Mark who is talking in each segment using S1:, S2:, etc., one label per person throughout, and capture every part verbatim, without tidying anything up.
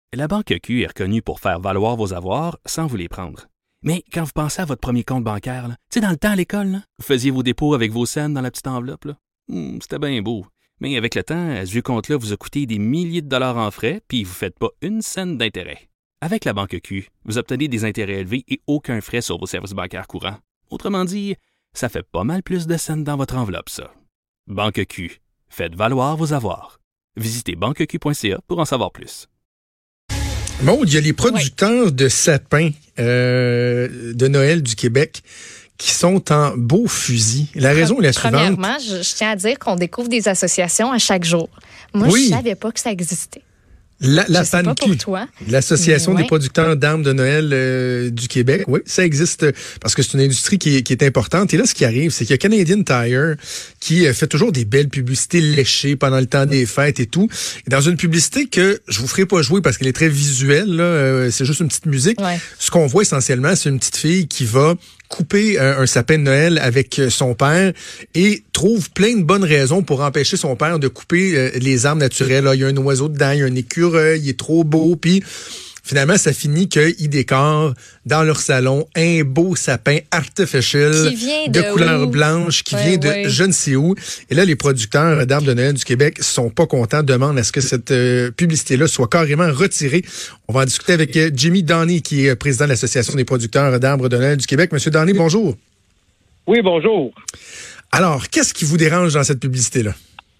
S1: La Banque Q est reconnue pour faire valoir vos avoirs sans vous les prendre. Mais quand vous pensez à votre premier compte bancaire, tu sais, dans le temps à l'école, là, vous faisiez vos dépôts avec vos scènes dans la petite enveloppe. Là. Hum, c'était bien beau. Mais avec le temps, ce vieux compte-là vous a coûté des milliers de dollars en frais, puis vous ne faites pas une scène d'intérêt. Avec la Banque Q, vous obtenez des intérêts élevés et aucun frais sur vos services bancaires courants. Autrement dit, ça fait pas mal plus de scènes dans votre enveloppe, ça. Banque Q. Faites valoir vos avoirs. Visitez banque q point c a pour en savoir plus.
S2: Maud, il y a les producteurs oui. de sapins euh, de Noël du Québec qui sont en beaux fusils. La raison est la suivante.
S3: Premièrement, je, je tiens à dire qu'on découvre des associations à chaque jour. Moi, oui. je savais pas que ça existait.
S2: La, la
S3: je sais pas pour toi.
S2: L'Association
S3: ouais.
S2: des producteurs d'armes de Noël euh, du Québec, oui, ça existe parce que c'est une industrie qui est, qui est importante. Et là, ce qui arrive, c'est qu'il y a Canadian Tire qui euh, fait toujours des belles publicités léchées pendant le temps des fêtes et tout. Et dans une publicité que je vous ferai pas jouer parce qu'elle est très visuelle, là, euh, c'est juste une petite musique. Ouais. Ce qu'on voit essentiellement, c'est une petite fille qui va couper un, un sapin de Noël avec son père et trouve plein de bonnes raisons pour empêcher son père de couper euh, les arbres naturels. Là, il y a un oiseau dedans, il y a un écureuil, il est trop beau, puis finalement, ça finit qu'ils décorent dans leur salon un beau sapin artificial de, de couleur où? blanche qui ouais, vient ouais. de je ne sais où. Et là, les producteurs d'arbres de Noël du Québec sont pas contents, demandent à ce que cette euh, publicité-là soit carrément retirée. On va en discuter avec euh, Jimmy Downey, qui est président de l'Association des producteurs d'arbres de Noël du Québec. Monsieur Downey, bonjour.
S4: Oui, bonjour.
S2: Alors, qu'est-ce qui vous dérange dans cette publicité-là?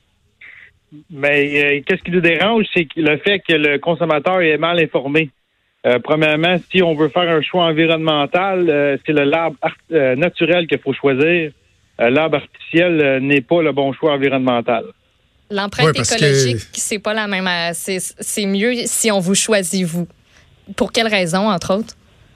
S4: Mais euh, qu'est-ce qui nous dérange, c'est le fait que le consommateur est mal informé. Euh, premièrement, si on veut faire un choix environnemental, euh, c'est le l'arbre art- euh, naturel qu'il faut choisir. Euh, l'arbre artificiel euh, n'est pas le bon choix environnemental.
S3: L'empreinte ouais, écologique, que... c'est pas la même. C'est, c'est mieux si on vous choisit, vous. Pour quelles raisons, entre autres?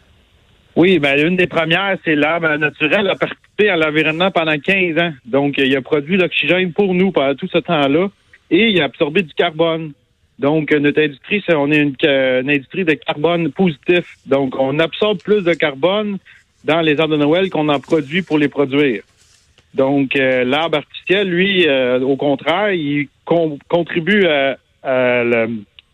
S4: Oui, ben une des premières, c'est l'arbre naturel a participé à l'environnement pendant quinze ans. Donc, il a produit l'oxygène pour nous pendant tout ce temps-là et il a absorbé du carbone. Donc, notre industrie, c'est, on est une, une industrie de carbone positif. Donc, on absorbe plus de carbone dans les arbres de Noël qu'on en produit pour les produire. Donc, euh, l'arbre artificiel, lui, euh, au contraire, il com- contribue à, à, le,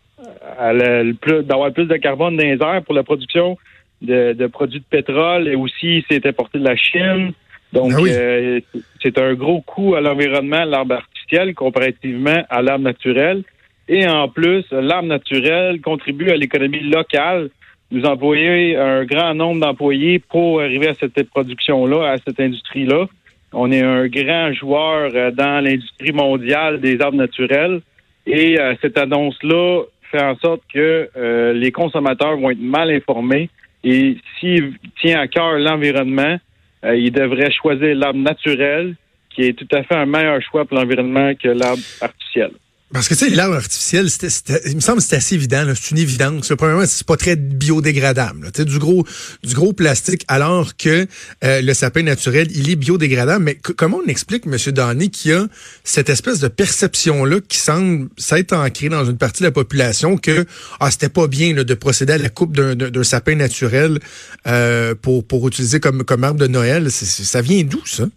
S4: à le, le, d'avoir plus de carbone dans les airs pour la production de, de produits de pétrole et aussi, c'est importé de la Chine. Donc, ah oui. euh, c'est un gros coût à l'environnement, l'arbre artificiel, comparativement à l'arbre naturel. Et en plus, l'arbre naturel contribue à l'économie locale. Nous employons un grand nombre d'employés pour arriver à cette production-là, à cette industrie-là. On est un grand joueur dans l'industrie mondiale des arbres naturels. Et euh, cette annonce-là fait en sorte que euh, les consommateurs vont être mal informés. Et s'ils tiennent à cœur l'environnement, euh, ils devraient choisir l'arbre naturel, qui est tout à fait un meilleur choix pour l'environnement que l'arbre artificiel.
S2: Parce que, tu sais, l'arbre artificiel, c'était, c'était, il me semble que c'est assez évident, là, c'est une évidence. Là. Premièrement, c'est pas très biodégradable. Tu sais, du gros, du gros plastique, alors que euh, le sapin naturel, il est biodégradable. Mais c- comment on explique, M. Downey, qu'il y a cette espèce de perception-là qui semble s'être ancrée dans une partie de la population que ah, c'était pas bien là, de procéder à la coupe d'un, d'un, d'un sapin naturel euh, pour, pour utiliser comme, comme arbre de Noël. C'est, c'est, ça vient d'où, ça?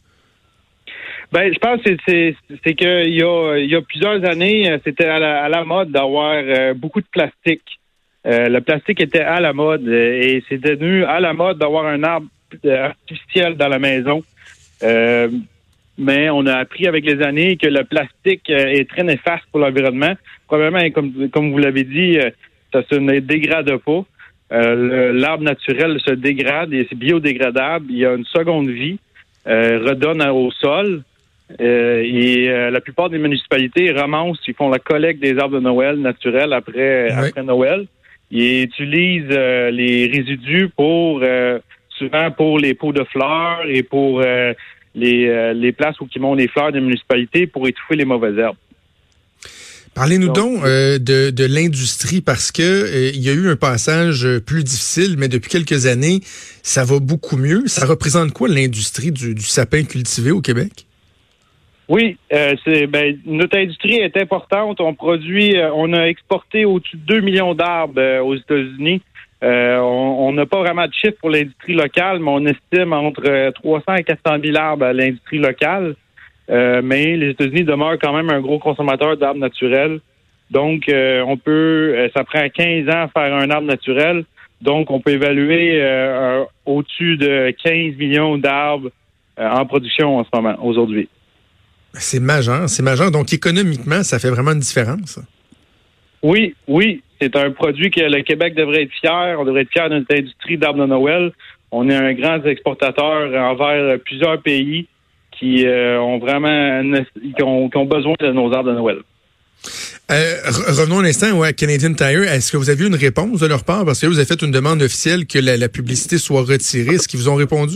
S4: Ben, je pense que c'est, c'est, c'est qu'il y a, il y a plusieurs années, c'était à la, à la mode d'avoir euh, beaucoup de plastique. Euh, le plastique était à la mode euh, et c'est devenu à la mode d'avoir un arbre artificiel dans la maison. Euh, mais on a appris avec les années que le plastique euh, est très néfaste pour l'environnement. Probablement, comme, comme vous l'avez dit, euh, ça se ne dégrade pas. Euh, le, l'arbre naturel se dégrade et c'est biodégradable. Il y a une seconde vie, euh, redonne au sol. Euh, et euh, la plupart des municipalités ramassent, ils font la collecte des arbres de Noël naturels après, oui. après Noël. Ils utilisent euh, les résidus pour euh, souvent pour les pots de fleurs et pour euh, les, euh, les places où ils montent les fleurs des municipalités pour étouffer les mauvaises herbes.
S2: Parlez-nous donc, donc euh, de, de l'industrie parce que euh, il y a eu un passage plus difficile, mais depuis quelques années, ça va beaucoup mieux. Ça représente quoi l'industrie du, du sapin cultivé au Québec?
S4: Oui, euh, c'est ben notre industrie est importante. On produit, euh, on a exporté au-dessus de deux millions d'arbres euh, aux États-Unis. Euh, on n'a pas vraiment de chiffres pour l'industrie locale, mais on estime entre euh, trois cents et quatre cent mille arbres à l'industrie locale. Euh, mais les États-Unis demeurent quand même un gros consommateur d'arbres naturels. Donc, euh, on peut, euh, ça prend quinze ans à faire un arbre naturel. Donc, on peut évaluer euh, au-dessus de quinze millions d'arbres euh, en production en ce moment, aujourd'hui.
S2: C'est majeur, c'est majeur. Donc, économiquement, ça fait vraiment une différence.
S4: Oui, oui. C'est un produit que le Québec devrait être fier. On devrait être fier de notre industrie d'arbres de Noël. On est un grand exportateur envers plusieurs pays qui euh, ont vraiment qui ont, qui ont besoin de nos arbres de Noël.
S2: Euh, revenons un instant ouais, à Canadian Tire. Est-ce que vous avez eu une réponse de leur part? Parce que vous avez fait une demande officielle que la, la publicité soit retirée. Est-ce qu'ils vous ont répondu?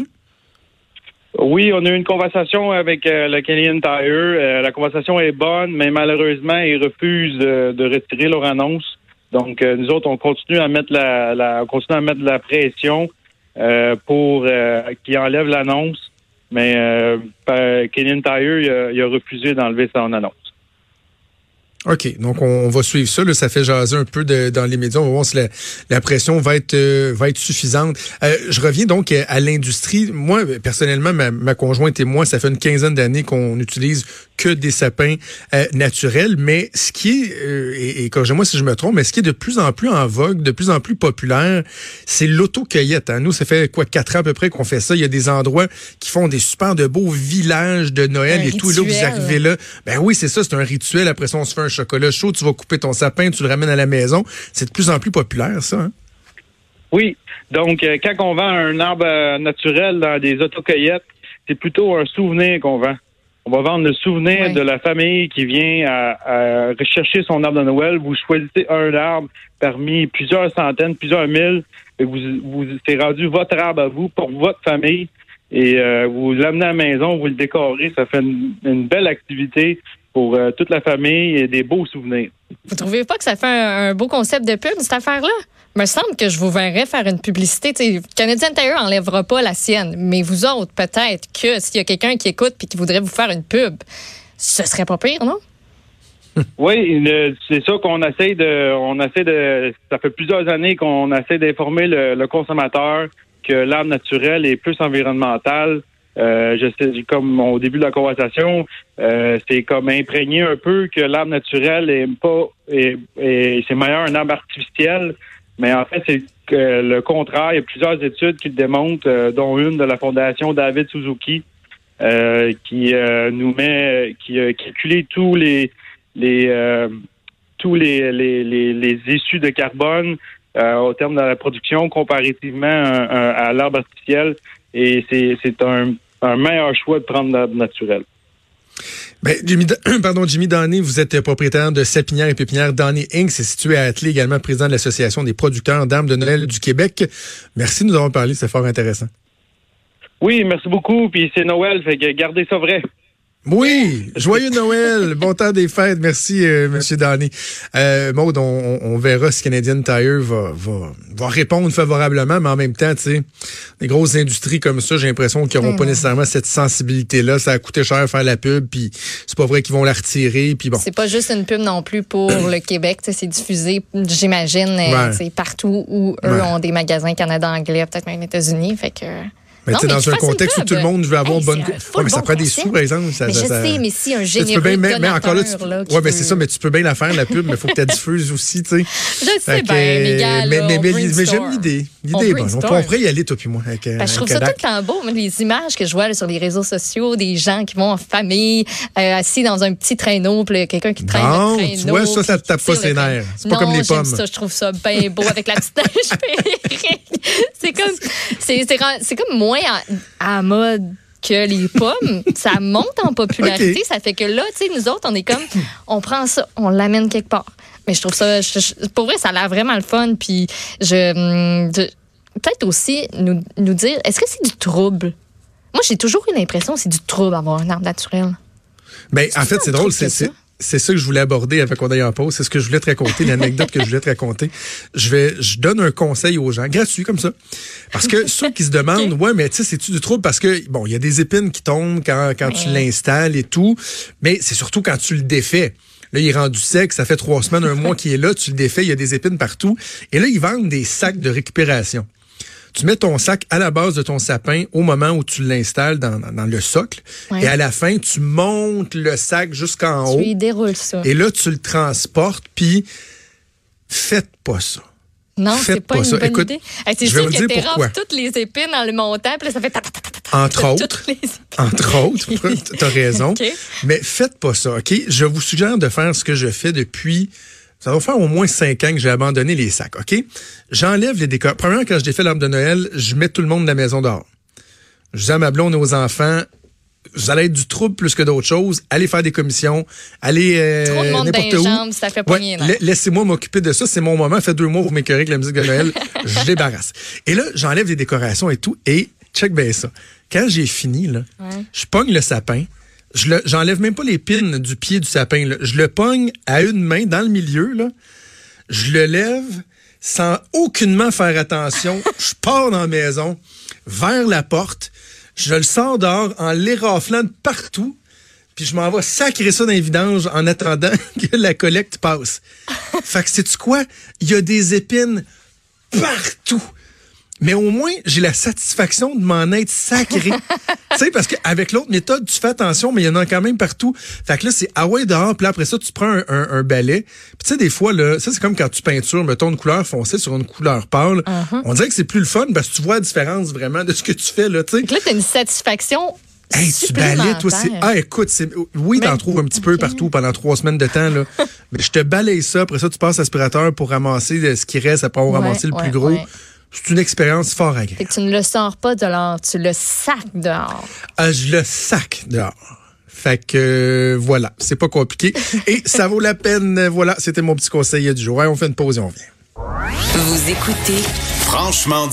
S4: Oui, on a eu une conversation avec euh, le Canadian Tire. Euh, la conversation est bonne, mais malheureusement, ils refusent de, de retirer leur annonce. Donc, euh, nous autres, on continue à mettre la, la on continue à mettre de la pression euh, pour euh, qu'ils enlèvent l'annonce. Mais euh, Canadian Tire, il a, il a refusé d'enlever son annonce.
S2: OK. Donc, on, on va suivre ça. Là, ça fait jaser un peu de, dans les médias. On va voir si la, la pression va être euh, va être suffisante. Euh, je reviens donc à, à l'industrie. Moi, personnellement, ma, ma conjointe et moi, ça fait une quinzaine d'années qu'on utilise que des sapins euh, naturels. Mais ce qui est, euh, et, et corrigez-moi si je me trompe, mais ce qui est de plus en plus en vogue, de plus en plus populaire, c'est l'autocueillette. Hein. Nous, ça fait quoi, quatre ans à peu près qu'on fait ça. Il y a des endroits qui font des super de beaux villages de Noël
S3: un
S2: et
S3: rituel.
S2: tout. Et là, vous arrivez là. Ben oui, c'est ça, c'est un rituel. Après ça, on se fait un chocolat chaud, tu vas couper ton sapin, tu le ramènes à la maison. C'est de plus en plus populaire, ça. Hein?
S4: Oui. Donc, euh, quand on vend un arbre euh, naturel dans des autocueillettes, c'est plutôt un souvenir qu'on vend. On va vendre le souvenir
S3: oui.
S4: de la famille qui vient à, à rechercher son arbre de Noël. Vous choisissez un arbre parmi plusieurs centaines, plusieurs mille. Et vous, vous, c'est rendu votre arbre à vous pour votre famille. Et euh, vous l'amenez à la maison, vous le décorez. Ça fait une, une belle activité pour euh, toute la famille et des beaux souvenirs.
S3: Vous trouvez pas que ça fait un, un beau concept de pub, cette affaire-là? Il me semble que je vous verrais faire une publicité. T'sais, Canadian Tire n'enlèvera pas la sienne, mais vous autres, peut-être que s'il y a quelqu'un qui écoute et qui voudrait vous faire une pub, ce serait pas pire, non?
S4: Oui, le, c'est ça qu'on essaie de... on essaie de. Ça fait plusieurs années qu'on essaie d'informer le, le consommateur que l'arbre naturel est plus environnemental. Euh, je sais, comme au début de la conversation, euh, c'est comme imprégné un peu que l'arbre naturel est pas, est, est, c'est meilleur un arbre artificiel, mais en fait c'est que le contraire. Il y a plusieurs études qui le démontrent, euh, dont une de la Fondation David Suzuki, euh, qui euh, nous met, qui a calculé tous les les euh, tous les les, les les issues de carbone euh, au terme de la production comparativement à, à, à l'arbre artificiel, et c'est c'est un un meilleur choix de prendre l'arbre naturel.
S2: Ben, Jimmy, pardon, Jimmy Dané, vous êtes propriétaire de Sapinière et Pépinière Dané Incorporée. C'est situé à Attelé, également président de l'Association des producteurs d'arbres de Noël du Québec. Merci de nous avoir parlé, c'est fort intéressant.
S4: Oui, merci beaucoup. Puis c'est Noël, fait que gardez ça vrai.
S2: Oui, joyeux Noël, bon temps des fêtes, merci euh, Monsieur Dané. Euh, Maud, on, on verra si Canadian Tire va, va, va répondre favorablement, mais en même temps, tu sais, les grosses industries comme ça, j'ai l'impression qu'ils n'auront mmh. pas nécessairement cette sensibilité-là. Ça a coûté cher faire la pub, puis c'est pas vrai qu'ils vont la retirer, puis bon.
S3: C'est pas juste une pub non plus pour le Québec, c'est diffusé, j'imagine, ouais. partout où eux ouais. ont des magasins Canada anglais, peut-être même États-Unis, fait que.
S2: Mais tu sais, dans un contexte où tout le monde veut avoir hey, bonne... Oui, mais
S3: bon
S2: ça prend des sous, par exemple. Ça,
S3: mais
S2: ça,
S3: je
S2: ça...
S3: sais, mais si un généreux
S2: bien, mais,
S3: donateur,
S2: mais encore là, tu...
S3: là
S2: ouais, mais c'est ça, mais tu peux bien la faire, la pub, mais il faut que tu la diffuses aussi, tu sais.
S3: Je sais bien, les gars,
S2: mais,
S3: là,
S2: mais, mais,
S3: mais
S2: j'aime l'idée. L'idée est bonne. On pourrait y aller, toi puis moi. Avec,
S3: ben,
S2: avec
S3: je trouve ça tout le temps beau. Les images que je vois là, sur les réseaux sociaux, des gens qui vont en famille, euh, assis dans un petit traîneau, puis quelqu'un qui traîne
S2: non,
S3: le traîneau.
S2: Tu vois, ça, ça te tape pas ses nerfs. C'est pas
S3: non,
S2: comme les pommes.
S3: Ça, je trouve ça bien beau avec la petite neige féerique. C'est comme, c'est, c'est, c'est comme moins à, à mode que les pommes. Ça monte en popularité. Okay. Ça fait que là, tu sais, nous autres, on est comme, on prend ça, on l'amène quelque part. Mais je trouve ça, je, je, pour vrai, ça a l'air vraiment le fun. Puis, je, je peut-être aussi nous, nous dire, est-ce que c'est du trouble? Moi, j'ai toujours eu l'impression que c'est du trouble d'avoir un arbre naturel.
S2: Ben, en fait, c'est drôle, c'est, c'est, c'est ça que je voulais aborder avec qu'on aille en pause. C'est ce que je voulais te raconter, l'anecdote que je voulais te raconter. Je vais, je donne un conseil aux gens, gratuit comme ça. Parce que ceux qui se demandent, okay. ouais, mais tu sais, c'est-tu du trouble? Parce que, bon, il y a des épines qui tombent quand, quand ouais. tu l'installes et tout. Mais c'est surtout quand tu le défais. Là, il est rendu sec, ça fait trois semaines, un mois qu'il est là, tu le défais, il y a des épines partout. Et là, ils vendent des sacs de récupération. Tu mets ton sac à la base de ton sapin au moment où tu l'installes dans, dans, dans le socle. Ouais. Et à la fin, tu montes le sac jusqu'en haut.
S3: Tu y déroules ça.
S2: Et là, tu le transportes, puis faites pas ça.
S3: Non,
S2: Faites
S3: c'est pas, pas une
S2: ça.
S3: bonne
S2: Écoute,
S3: idée. Hey, c'est sûr que tu rentres toutes les épines dans le montant, puis là, ça fait...
S2: Entre autres, entre autres, t'as raison. Okay. Mais faites pas ça, OK? Je vous suggère de faire ce que je fais depuis... Ça va faire au moins cinq ans que j'ai abandonné les sacs, OK? J'enlève les décors. Premièrement, quand je défais l'arbre de Noël, je mets tout le monde de la maison dehors. Je dis à ma blonde et aux enfants, vous allez être du trouble plus que d'autres choses. Allez faire des commissions. Allez euh,
S3: Trop de monde
S2: n'importe
S3: dans les
S2: où.
S3: jambes, ça fait pas rien.
S2: Ouais, laissez-moi m'occuper de ça. C'est mon moment. Fait deux mois pour m'écœurer avec la musique de Noël. Je débarrasse. Et là, j'enlève les décorations et tout. Et check bien ça. Quand j'ai fini, là, ouais. je pogne le sapin. Je le, j'enlève même pas les pins du pied du sapin. Là. Je le pogne à une main dans le milieu. Là. Je le lève sans aucunement faire attention. Je pars dans la maison, vers la porte. Je le sors dehors en l'éraflant de partout. Puis je m'en vais sacrer ça dans les vidanges en attendant que la collecte passe. Fait que sais-tu quoi? Il y a des épines partout. Mais au moins, j'ai la satisfaction de m'en être sacré. Tu sais, parce qu'avec l'autre méthode, tu fais attention, mais il y en a quand même partout. Fait que là, c'est ah ouais dehors, puis là, après ça, tu prends un, un, un balai. Puis tu sais, des fois, là, ça, c'est comme quand tu peintures, mettons, une couleur foncée sur une couleur pâle. Uh-huh. On dirait que c'est plus le fun parce que tu vois la différence vraiment de ce que tu fais, là, tu sais.
S3: Donc là, t'as une satisfaction.
S2: Hey, tu balayes, toi, c'est... Ah, écoute, c'est... oui, t'en trouves un petit okay. peu partout pendant trois semaines de temps, là. Mais je te balaye ça, après ça, tu passes l'aspirateur pour ramasser ce qui reste après avoir ouais, ramassé le ouais, plus gros. Ouais. C'est une expérience fort agréable.
S3: Fait que tu ne le sors pas dehors, tu le sacs dehors.
S2: Ah, je le sac dehors. Fait que euh, voilà, c'est pas compliqué. Et ça vaut la peine. Voilà, c'était mon petit conseil du jour. Ouais, on fait une pause et on vient.
S5: Vous écoutez Franchement dit.